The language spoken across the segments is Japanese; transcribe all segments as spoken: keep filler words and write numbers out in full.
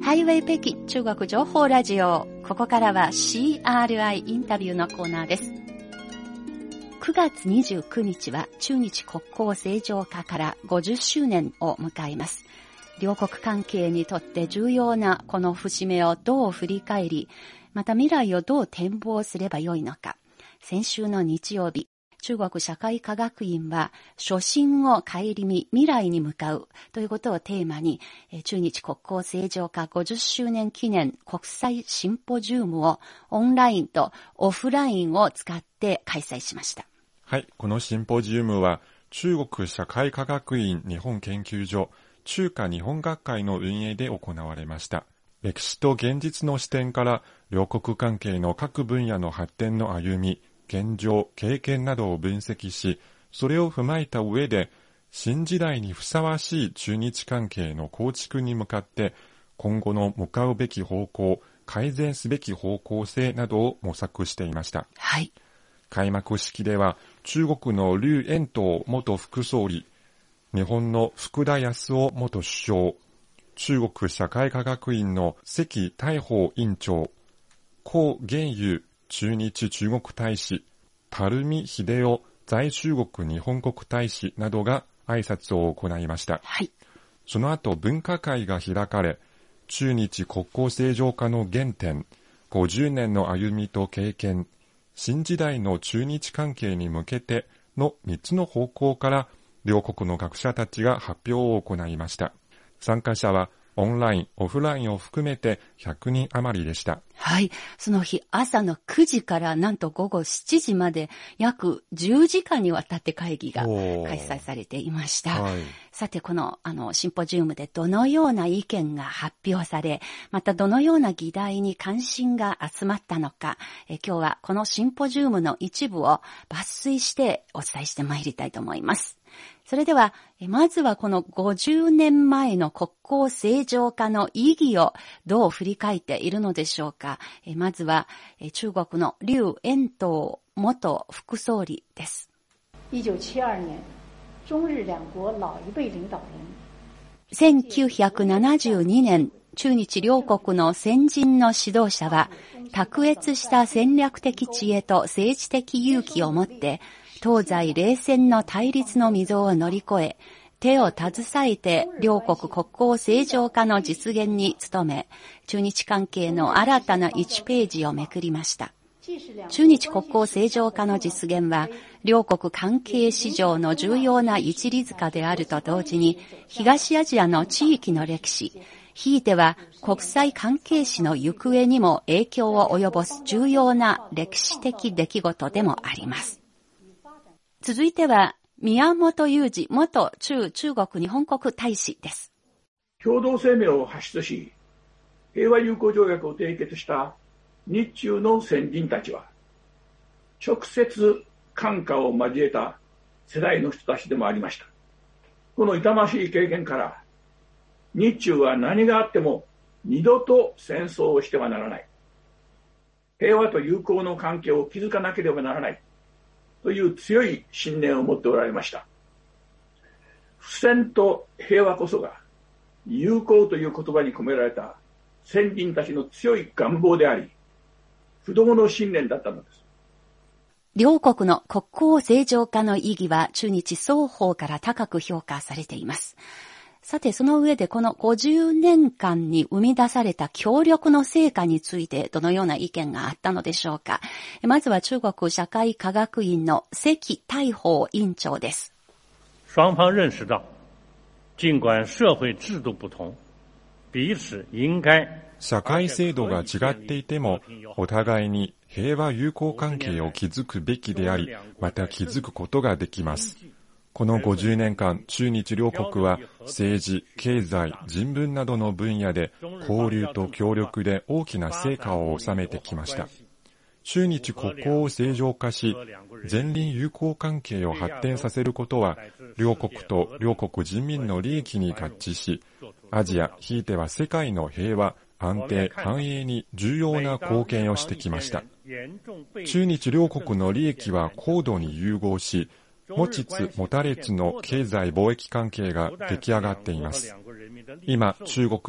台北北京中国情報ラジオ。ここからは シーアールアイ インタビューのコーナーです。くがつにじゅうくにちは中日国交正常化からごじゅっしゅうねんを迎えます。両国関係にとって重要なこの節目をどう振り返り、また未来をどう展望すればよいのか。先週の日曜日、中国社会科学院は初心を顧み未来に向かうということをテーマに、中日国交正常化ごじゅっしゅうねん記念国際シンポジウムをオンラインとオフラインを使って開催しました。 はい、このシンポジウムは中国社会科学院日本研究所中華日本学会の運営で行われました。歴史と現実の視点から両国関係の各分野の発展の歩み、現状、経験などを分析し、それを踏まえた上で、新時代にふさわしい中日関係の構築に向かって、今後の向かうべき方向、改善すべき方向性などを模索していました。 はい。 開幕式では、中国の劉延東元副総理、日本の福田康夫元首相、中国社会科学院の関大宝院長、孔元友駐日中国大使、垂水秀夫在中国日本国大使などが挨拶を行いました。 はい。 その後分科会が開かれ、中日国交正常化の原点、ごじゅうねんの歩みと経験、新時代の中日関係に向けてのみっつの方向から両国の学者たちが発表を行いました。参加者はオンライン、オフラインを含めてひゃくにん余りでした。 はい。その日朝のくじからなんと午後しちじまで約じゅうじかんにわたって会議が開催されていました。はい、さて、この、あの、シンポジウムでどのような意見が発表され、またどのような議題に関心が集まったのか、え今日はこのシンポジウムの一部を抜粋してお伝えしてまいりたいと思います。それでは、まずはこのごじゅうねんまえの国交正常化の意義をどう振り返っているのでしょうか。まずは中国の劉延東元副総理です。 いちきゅうなな年、中日两国老一辈領導人。 せんきゅうひゃくななじゅうにねん、中日両国の先人の指導者は、卓越した戦略的知恵と政治的勇気を持って、東西冷戦の対立の溝を乗り越え、手を携えて両国国交正常化の実現に努め、中日関係の新たないちページをめくりました。中日国交正常化の実現は、両国関係史上の重要な一里塚であると同時に、東アジアの地域の歴史、ひいては国際関係史の行方にも影響を及ぼす重要な歴史的出来事でもあります。続いては、宮本雄二元駐中国日本国大使です。 共同声明を発出し、平和友好条約を締結した日中の先人たちは、直接感化を交えた世代の人たちでもありました。この痛ましい経験から、日中は何があっても二度と戦争をしてはならない。平和と友好の関係を築かなければならない。という強い信念を持っておられました。不戦と平和こそが友好という言葉に込められた先人たちの強い願望であり、不動の信念だったのです。 両国の国交正常化の意義は中日双方から高く評価されています。さて、その上でこのごじゅうねんかんに生み出された協力の成果についてどのような意見があったのでしょうか。まずは中国社会科学院の関大宝院長です。 双方認識到、儘管社會制度不同、彼此應該社会制度が違っていても、お互いに平和友好関係を築くべきであり、また築くことができます。このごじゅうねんかん、中日両国は政治、経済、人文などの分野で交流と協力で大きな成果を収めてきました。中日国交を正常化し、前輪友好関係を発展させることは、両国と両国人民の利益に合致し、アジア、ひいては世界の平和、安定、繁栄に重要な貢献をしてきました。中日両国の利益は高度に融合し、持ちつ持たれつの経済貿易関係が出来上がっています。今、中国は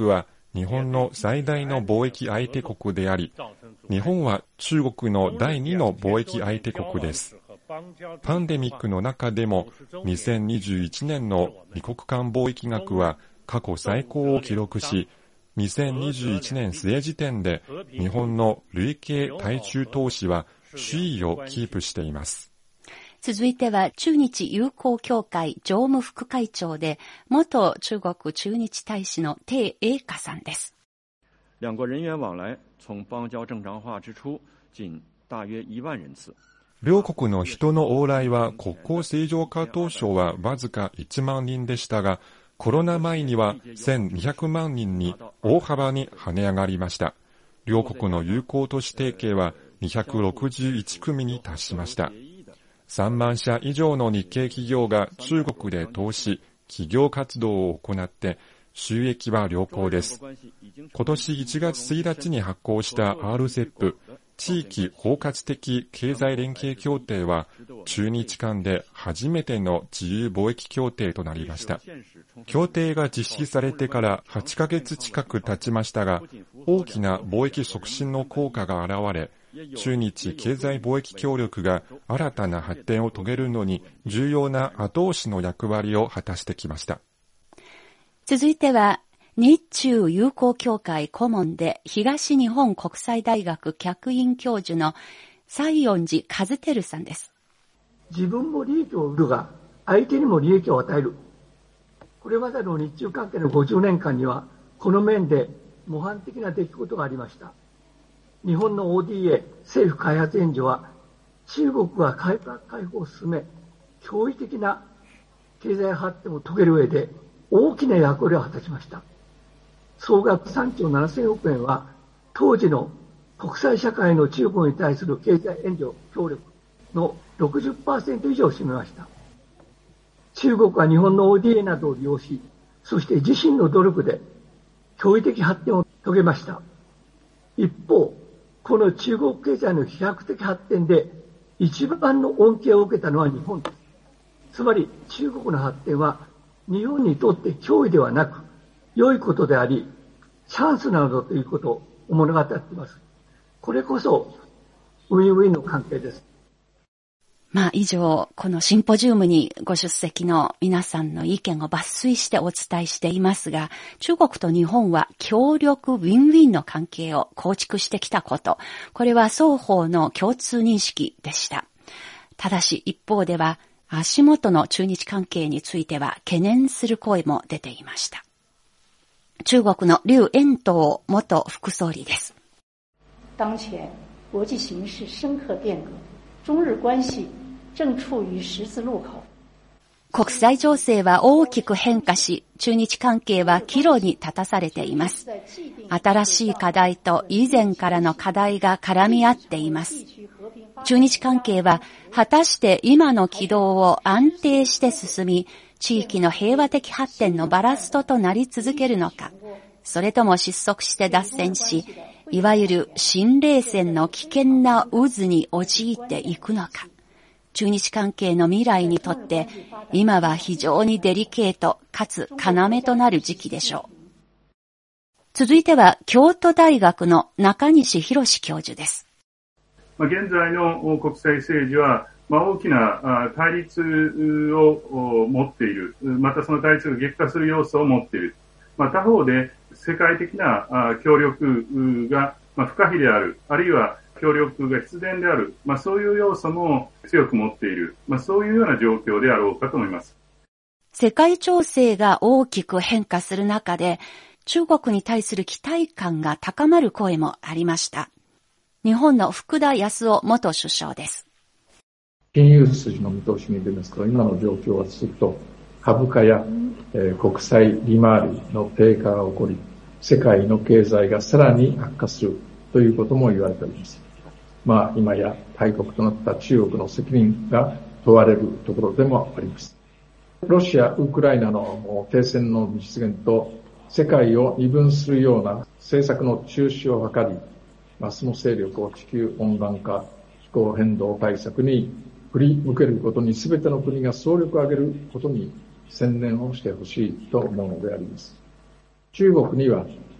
日本の最大の貿易相手国であり、日本は中国の第二の貿易相手国です。パンデミックの中でもにせんにじゅういちねんの二国間貿易額は過去最高を記録し、にせんにじゅういちねん末時点で日本の累計対中投資は首位をキープしています。 続いては中日友好協会常務副会長で元中国駐日大使の鄭英華さんです。 两国人員往来从邦交正常化之初仅大约一万人次。 両国の人の往来は国交正常化当初はわずかいちまんにんでしたが、コロナ前にはせんにひゃくまんにんに大幅に跳ね上がりました。両国の友好都市提携はにひゃくろくじゅういちくみに達しました。さんまんしゃ以上の日系企業が中国で投資、企業活動を行って収益は良好です。今年いちがつついたちに発行した アールセップ、地域包括的経済連携協定は中日間で初めての自由貿易協定となりました。協定が実施されてからはちかげつ近く経ちましたが、大きな貿易促進の効果が現れ、中日経済貿易協力が新たな発展を遂げるのに重要な後押しの役割を果たしてきました。 続いては、日中友好協会顧問で東日本国際大学客員教授の西園寺和輝さんです。 自分も利益を売るが、相手にも利益を与える。これまでの日中関係のごじゅうねんかんには、この面で模範的な出来事がありました。日本の オーディーエー 政府開発援助は、中国が改革開放を進め、驚異的な経済発展を遂げる上で大きな役割を果たしました。総額さんちょうななせんおくえんは、当時の国際社会の中国に対する経済援助協力の ろくじゅっパーセント 以上を占めました。中国は日本の オーディーエー などを利用し、そして自身の努力で驚異的発展を遂げました。一方、この中国経済の飛躍的発展で一番の恩恵を受けたのは日本です。つまり中国の発展は日本にとって脅威ではなく良いことであり、チャンスなのだということを物語っています。これこそウィンウィンの関係です。 まあ以上、このシンポジウムにご出席の皆さんの意見を抜粋してお伝えしていますが、中国と日本は協力ウィンウィンの関係を構築してきたこと、これは双方の共通認識でした。ただし一方では、足元の中日関係については懸念する声も出ていました。中国の劉延東元副総理です。 当前国際形勢深刻變革。中日關係正處於十字路口。 国際情勢は大きく変化し、中日関係は岐路に立たされています。新しい課題と以前からの課題が絡み合っています。中日関係は果たして今の軌道を安定して進み、地域の平和的発展のバラストとなり続けるのか、それとも失速して脱線し、いわゆる新冷戦の危険な渦に陥っていくのか。中日関係の未来にとって、今は非常にデリケートかつ要となる時期でしょう。続いては、京都大学の中西博教授です。 現在の国際政治は、まあ、大きな対立を持っている。またその対立が激化する要素を持っている。まあ、他方で、世界的な協力が不可避である、あるいは協力が必然である、まあ、そういう要素も強く持っている、まあ、そういうような状況であろうかと思います。 世界情勢が大きく変化する中で、中国に対する期待感が高まる声もありました。日本の福田康夫元首相です。 金融筋の見通しに出ますと、今の状況が続くと、株価や、えー、国際利回りの低下が起こり、世界の経済がさらに悪化するということも言われております。まあ今や大国となった中国の責任が問われるところでもあります。ロシア・ウクライナの停戦の実現と世界を二分するような政策の中止を図り、その勢力を地球温暖化、気候変動対策に振り向けることに全ての国が総力を挙げることに専念をしてほしいと思うのであります。中国には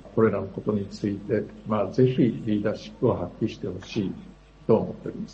これらのことについて、まあ、ぜひリーダーシップを発揮してほしいと思っております。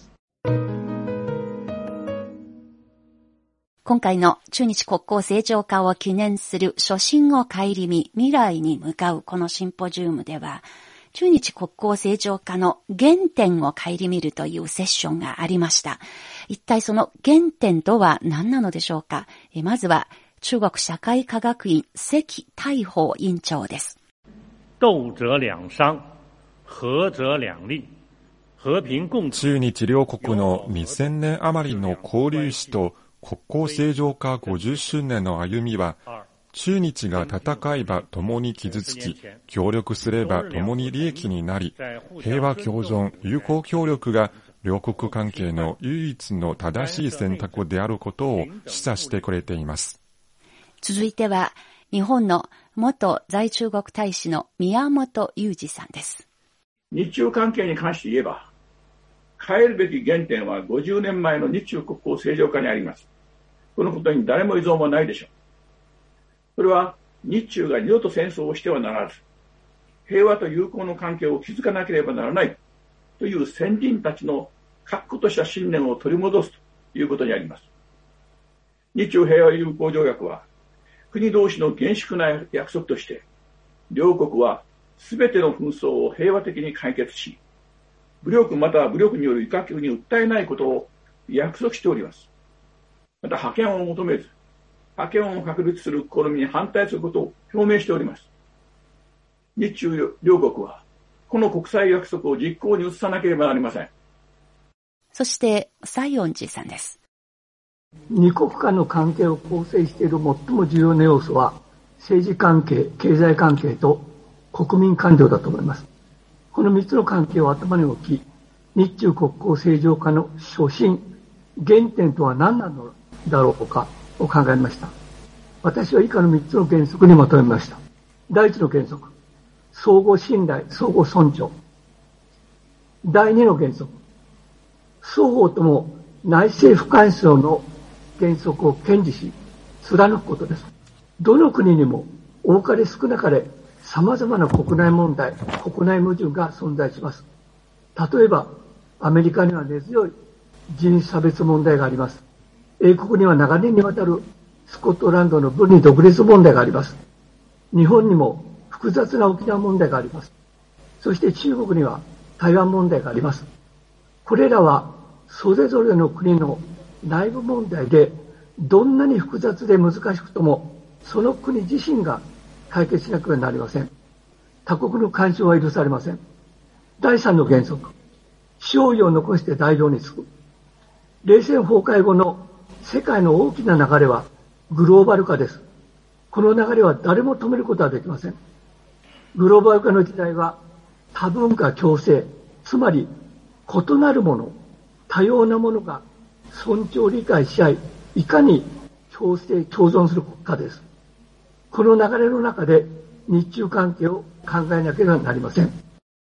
今回の中日国交正常化を記念する初心を顧み未来に向かうこのシンポジウムでは、中日国交正常化の原点を顧みるというセッションがありました。一体その原点とは何なのでしょうか。えまずは中国社会科学院関大宝院長です。 斗者兩商、和者兩利。 中日両国のにせんねん余りの交流史と国交正常化ごじゅっしゅうねんの歩みは、中日が戦えば共に傷つき、協力すれば共に利益になり、平和共存、友好協力が両国関係の唯一の正しい選択であることを示唆してくれています。 続いては、日本の元在中国大使の宮本裕二さんです。 日中関係に関して言えば、変えるべき原点はごじゅうねんまえの日中国交正常化にあります。このことに誰も依存はないでしょう。それは日中が二度と戦争をしてはならず、平和と友好の関係を築かなければならないという先人たちの確固とした信念を取り戻すということにあります。日中平和友好条約は、国同士の厳粛な約束として、両国はすべての紛争を平和的に解決し、武力または武力による威嚇に訴えないことを約束しております。また覇権を求めず、覇権を確立する試みに反対することを表明しております。日中両国は、この国際約束を実行に移さなければなりません。 そして、西園寺さんです。 二国間の関係を構成している最も重要な要素は、政治関係、経済関係と国民感情だと思います。この三つの関係を頭に置き、日中国交正常化の初心、原点とは何なのだろうかを考えました。私は以下の三つの原則にまとめました。第一の原則、相互信頼、相互尊重。第二の原則、双方とも内政不干渉の原則を堅持し、貫くことです。どの国にも多かれ少なかれ様々な国内問題、国内矛盾が存在します。例えば、アメリカには根強い人種差別問題があります。英国には長年にわたるスコットランドの分離独立問題があります。日本にも複雑な沖縄問題があります。そして中国には台湾問題があります。これらはそれぞれの国の内部問題で、どんなに複雑で難しくとも、その国自身が解決しなければなりません。他国の干渉は許されません。第三の原則、勝利を残して代表につく。冷戦崩壊後の世界の大きな流れはグローバル化です。この流れは誰も止めることはできません。グローバル化の時代は多文化共生、つまり異なるもの、多様なものが尊重理解し合い、いかに共生共存するかです。この流れの中で日中関係を考えなければなりません。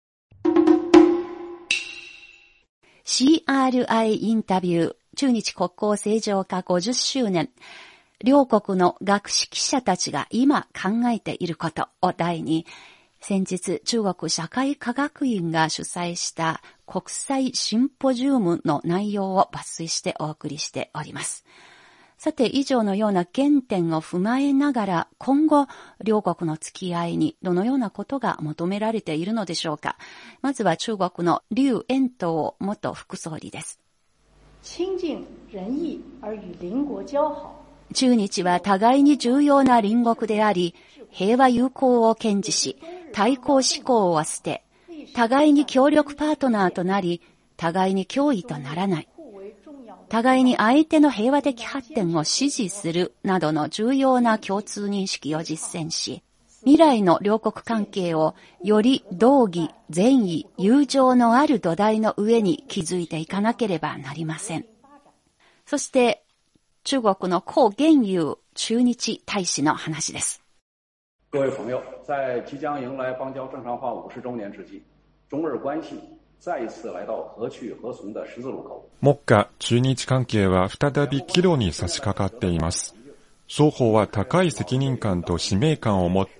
シーアールアイ インタビュー、中日国交正常化ごじゅっしゅうねん。両国の学識者たちが今考えていることを題に、先日中国社会科学院が主催した国際シンポジウムの内容を抜粋してお送りしております。さて、以上のような原点を踏まえながら、今後、両国の付き合いにどのようなことが求められているのでしょうか。まずは中国の劉延東元副総理です。 親近仁義而与鄰國交好。 中日は互いに重要な隣国であり、平和友好を堅持し、対抗志向を捨て、互いに協力パートナーとなり、互いに脅威とならない。互いに相手の平和的発展を支持するなどの重要な共通認識を実践し、未来の両国関係をより道義、善意、友情のある土台の上に築いていかなければなりません。そして、中国の孔元友駐日大使の話です。 各位朋友，在即将迎来邦交正常化五十周年之际，中日关系再一次来到何去何从的十字路口。 目下、中日関係は再び岐路に差し掛かっています。双方は高い責任感と使命感を持って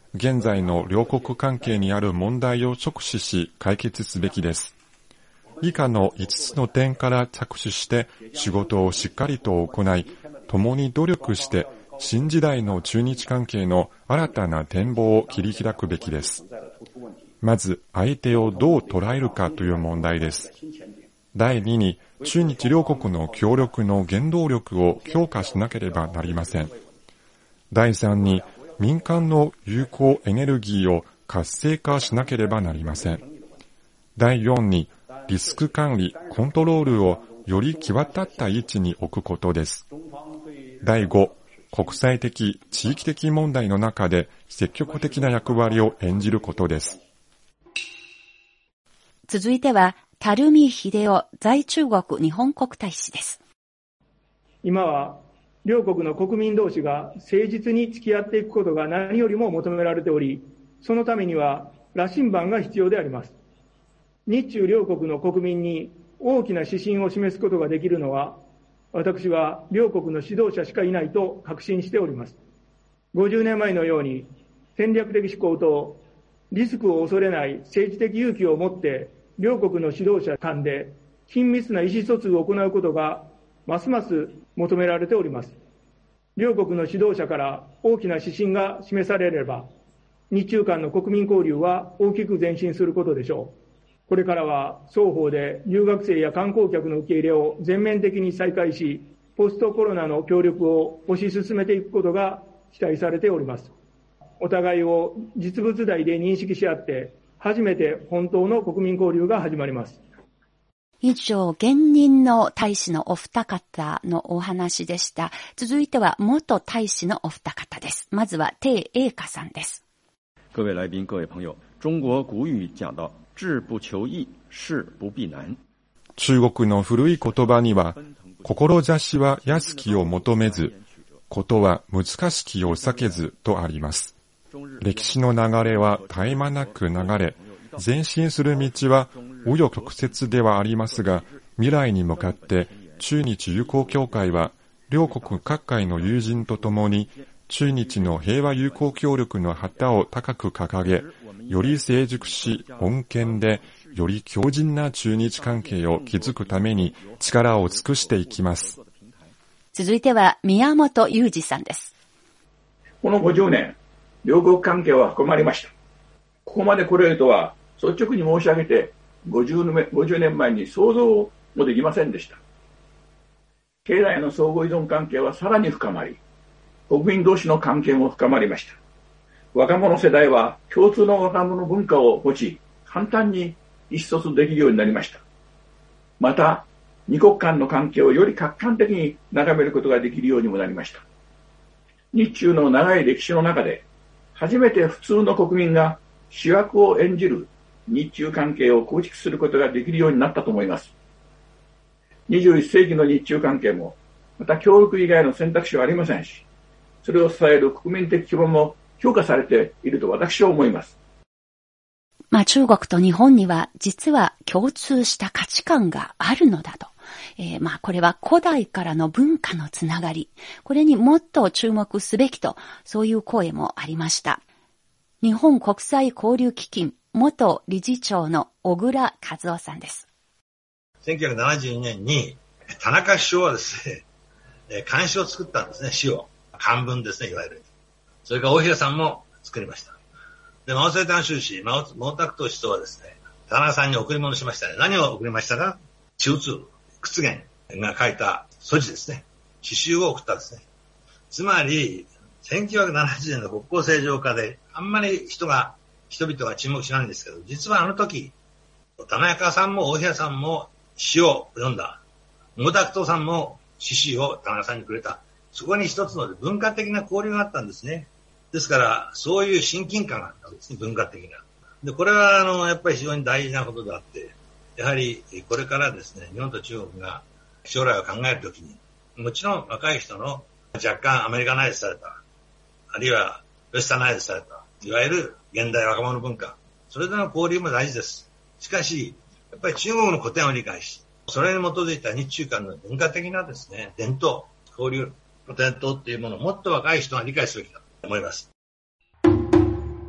現在の両国関係にある問題を直視し解決すべきです。以下のいつつの点から着手して仕事をしっかりと行い、共に努力して新時代の中日関係の新たな展望を切り開くべきです。まず、相手をどう捉えるかという問題です。第二に、中日両国の協力の原動力を強化しなければなりません。第三に、民間の有効エネルギーを活性化しなければなりません。第四に、リスク管理、コントロールをより際立った位置に置くことです。第五、国際的、地域的問題の中で積極的な役割を演じることです。 続いては、垂水秀夫在中国日本国大使です。 今は、両国の国民同士が誠実に付き合っていくことが何よりも求められており、そのためには羅針盤が必要であります。日中両国の国民に大きな指針を示すことができるのは、私は両国の指導者しかいないと確信しております。ごじゅうねんまえのように戦略的思考とリスクを恐れない政治的勇気を持って両国の指導者間で緊密な意思疎通を行うことがますます求められております。両国の指導者から大きな指針が示されれば、日中間の国民交流は大きく前進することでしょう。これからは双方で留学生や観光客の受け入れを全面的に再開し、ポストコロナの協力を推し進めていくことが期待されております。お互いを実物大で認識し合って、初めて本当の国民交流が始まります。 以上、現任の大使のお二方のお話でした。続いては元大使のお二方です。まずは鄭英華さんです。 各位来賓、各位朋友、中国古語講到、志不求易、事不避難。 中国の古い言葉には、志は安きを求めず、ことは難しきを避けずとあります。歴史の流れは絶え間なく流れ、前進する道は紆余曲折ではありますが、未来に向かって中日友好協会は両国各界の友人とともに中日の平和友好協力の旗を高く掲げ、より成熟し穏健でより強靭な中日関係を築くために力を尽くしていきます。 続いては宮本裕二さんです。 このごじゅうねん、両国関係は深まりました。ここまで来れるとは率直に申し上げてごじゅうねんまえに想像もできませんでした。経済の相互依存関係はさらに深まり、国民同士の関係も深まりました。若者世代は共通の若者文化を持ち、簡単に意思疎通できるようになりました。また、二国間の関係をより客観的に眺めることができるようにもなりました。日中の長い歴史の中で、初めて普通の国民が主役を演じる日中関係を構築することができるようになったと思います。にじゅういっせいきの日中関係も、また協力以外の選択肢はありませんし、それを支える国民的基盤も評価されていると私は思います。 まあ中国と日本には実は共通した価値観があるのだと。えー、まあこれは古代からの文化のつながり。これにもっと注目すべきと、そういう声もありました。日本国際交流基金元理事長の小倉和夫さんです。 せんきゅうひゃくななじゅうにねんに田中首相はですね、漢詩を作ったんですね、詩を。漢文ですね、いわゆる。それから大平さんも作りました。で、マオセイタン宗師、毛沢東思想はですね、田中さんに贈り物しましたね。何を贈りましたか？中通、屈原が書いた祖辞ですね。詩集を送ったんですね。つまり、せんきゅうひゃくななじゅうねんの国交正常化で、あんまり人が、人々が注目しないんですけど、実はあの時、田中さんも大平さんも詩を読んだ。毛沢東さんも詩集を田中さんにくれた。そこに一つの文化的な交流があったんですね。ですから、そういう親近感があったんですね、文化的な。で、これは、あの、やっぱり非常に大事なことであって、やはり、これからですね、日本と中国が将来を考えるときに、もちろん若い人の若干アメリカナイズされた、あるいはウェスタナイズされた、いわゆる現代若者文化、それでの交流も大事です。しかし、やっぱり中国の古典を理解し、それに基づいた日中間の文化的なですね、伝統、交流の伝統っていうものをもっと若い人が理解すべきだと思います。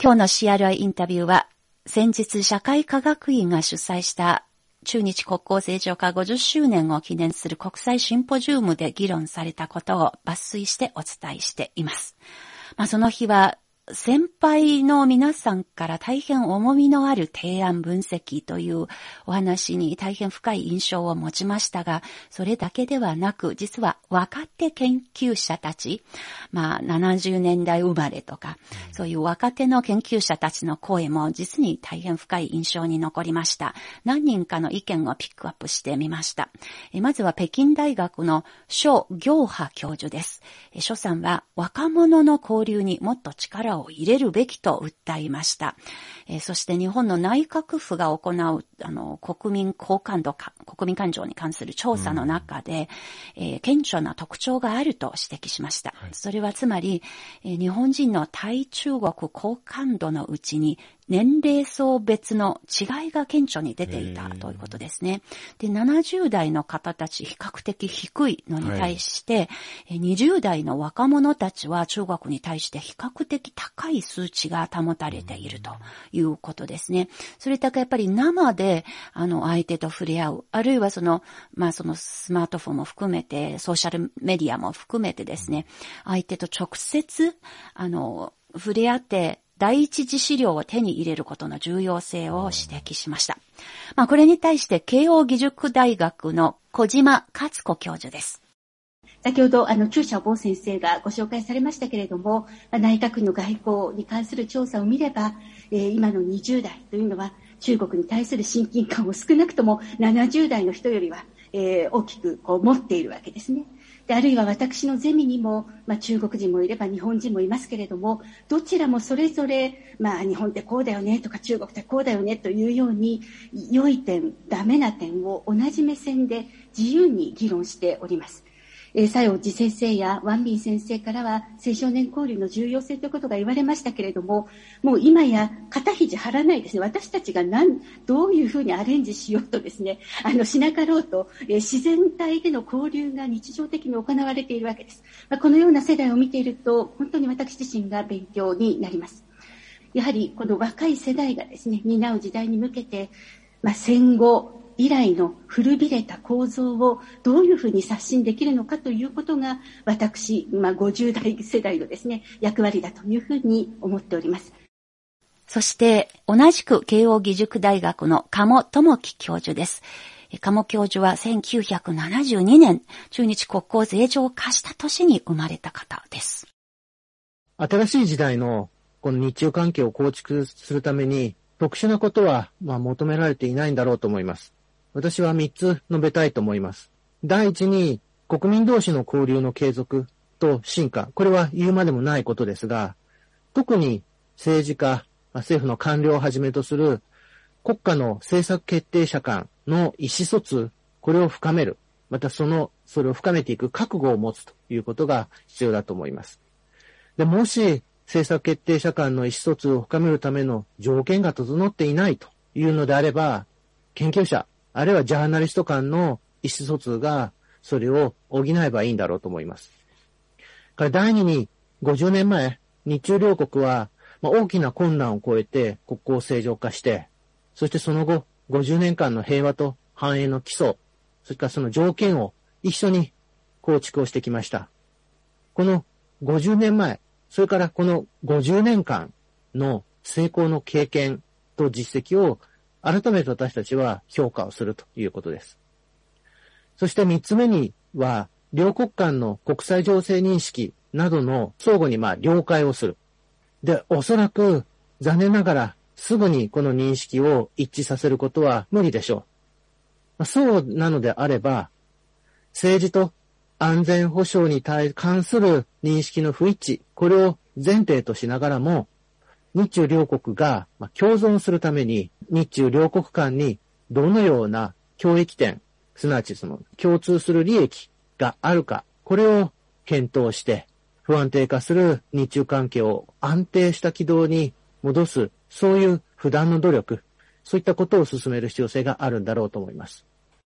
今日の シーアールアイ インタビューは、先日社会科学院が主催した中日国交正常化ごじゅっしゅうねんを記念する国際シンポジウムで議論されたことを抜粋してお伝えしています。まあ、その日は先輩の皆さんから大変重みのある提案分析というお話に大変深い印象を持ちましたが、それだけではなく、実は若手研究者たち、まあななじゅうねんだい生まれとか、そういう若手の研究者たちの声も実に大変深い印象に残りました。何人かの意見をピックアップしてみました。えまずは北京大学の諸行波教授です。え諸さんは若者の交流にもっと力を入れるべきと訴えました。えー、そして日本の内閣府が行うあの国民好感度か国民感情に関する調査の中で、うんえー、顕著な特徴があると指摘しました。はい、それはつまり、えー、日本人の対中国好感度のうちに年齢層別の違いが顕著に出ていたということですね。で、ななじゅうだいの方たち比較的低いのに対して、はい、にじゅうだいの若者たちは中国に対して比較的高い数値が保たれているということですね。それだけやっぱり生であの相手と触れ合う、あるいはそのまあそのスマートフォンも含めてソーシャルメディアも含めてですね、相手と直接あの触れ合って第一次資料を手に入れることの重要性を指摘しました。まあこれに対して慶応義塾大学の小島勝子教授です。 先ほどあの中小坊先生がご紹介されましたけれども、内閣の外交に関する調査を見れば、えー、今のにじゅうだいというのは中国に対する親近感を少なくともななじゅうだいの人よりは、えー、大きくこう持っているわけですね。であるいは私のゼミにも、まあ、中国人もいれば日本人もいますけれども、どちらもそれぞれ、まあ、日本ってこうだよねとか中国ってこうだよねというように良い点、ダメな点を同じ目線で自由に議論しております。えー、佐用次先生やワンミン先生からは青少年交流の重要性ということが言われましたけれども、もう今や肩肘張らないですね。私たちが何どういうふうにアレンジしようとですね、あのしなかろうと、えー、自然体での交流が日常的に行われているわけです。まあ、このような世代を見ていると本当に私自身が勉強になります。やはりこの若い世代がですね担う時代に向けて、まあ、戦後以来の古びれた構造をどういうふうに刷新できるのかということが私、まあ、ごじゅうだい世代のですね役割だというふうに思っております。 そして同じく慶応義塾大学の鴨智樹教授です。鴨教授はせんきゅうひゃくななじゅうにねん中日国交正常化した年に生まれた方です。 新しい時代のこの日中関係を構築するために特殊なことはまあ求められていないんだろうと思います。私はみっつ述べたいと思います。第一に、国民同士の交流の継続と進化。これは言うまでもないことですが、特に政治家、政府の官僚をはじめとする国家の政策決定者間の意思疎通、これを深める。またその、それを深めていく覚悟を持つということが必要だと思います。で、もし政策決定者間の意思疎通を深めるための条件が整っていないというのであれば、研究者、あるいはジャーナリスト間の意思疎通がそれを補えばいいんだろうと思います。から第二に、ごじゅうねんまえ、日中両国は大きな困難を超えて国交正常化して、そしてその後、ごじゅうねんかんの平和と繁栄の基礎、それからその条件を一緒に構築をしてきました。このごじゅうねんまえ、それからこのごじゅうねんかんの成功の経験と実績を改めて私たちは評価をするということです。そして三つ目には、両国間の国際情勢認識などの相互にまあ了解をする。で、おそらく残念ながらすぐにこの認識を一致させることは無理でしょう。そうなのであれば、政治と安全保障に対関する認識の不一致、これを前提としながらも、日中両国が共存するために日中両国間にどのような共益点、すなわちその共通する利益があるか、これを検討して不安定化する日中関係を安定した軌道に戻す、そういう不断の努力、そういったことを進める必要性があるんだろうと思います。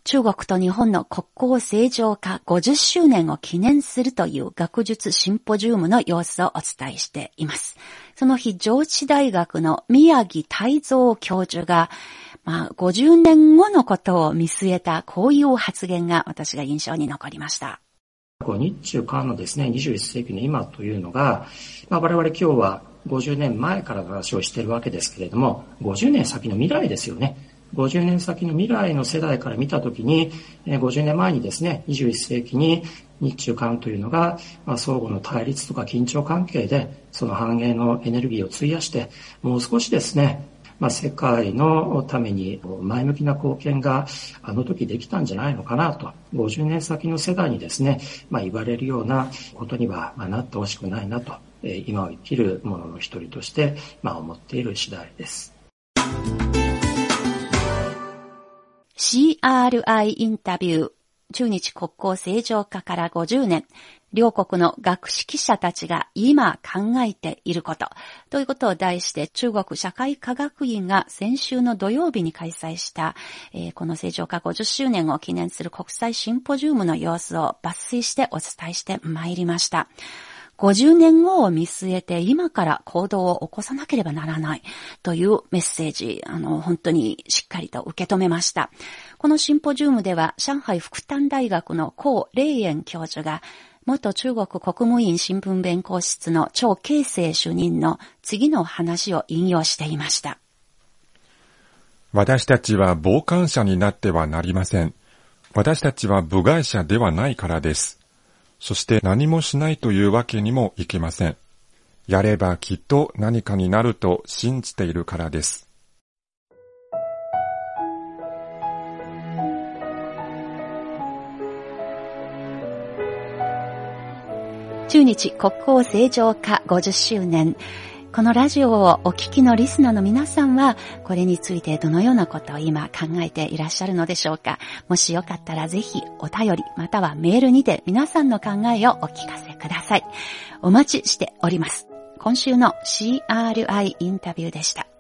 中国と日本の国交正常化ごじゅっしゅうねんを記念するという学術シンポジウムの様子をお伝えしています。その日、上智大学の宮城泰造教授が、まあ、ごじゅうねんごのことを見据えたこういう発言が私が印象に残りました。 日中韓のですね、にじゅういっせいきの今というのが、まあ、我々今日はごじゅうねんまえからの話をしているわけですけれども、ごじゅうねん先の未来ですよね。ごじゅうねん先の未来の世代から見たときに、ごじゅうねんまえにですね、にじゅういっせいきに日中韓というのが、まあ、相互の対立とか緊張関係で、その繁栄のエネルギーを費やして、もう少しですね、まあ、世界のために前向きな貢献があの時できたんじゃないのかなと、ごじゅうねん先の世代にですね、まあ、言われるようなことにはなってほしくないなと、今を生きる者の一人として、まあ、思っている次第です。 シーアールアイ インタビュー。中日国交正常化からごじゅうねん。両国の学識者たちが今考えていることということを題して中国社会科学院が先週の土曜日に開催した、えー、この正常化ごじゅっしゅうねんを記念する国際シンポジウムの様子を抜粋してお伝えしてまいりました。ごじゅうねんごを見据えて今から行動を起こさなければならないというメッセージ、あの、本当にしっかりと受け止めました。このシンポジウムでは上海復旦大学の高麗燕教授が元中国国務院新聞弁公室の張慶生主任の次の話を引用していました。 私たちは傍観者になってはなりません。私たちは部外者ではないからです。そして何もしないというわけにもいけません。やればきっと何かになると信じているからです。 中日国交正常化ごじゅっしゅうねん。このラジオをお聞きのリスナーの皆さんは、これについてどのようなことを今考えていらっしゃるのでしょうか。もしよかったらぜひお便りまたはメールにて皆さんの考えをお聞かせください。お待ちしております。今週の シーアールアイ インタビューでした。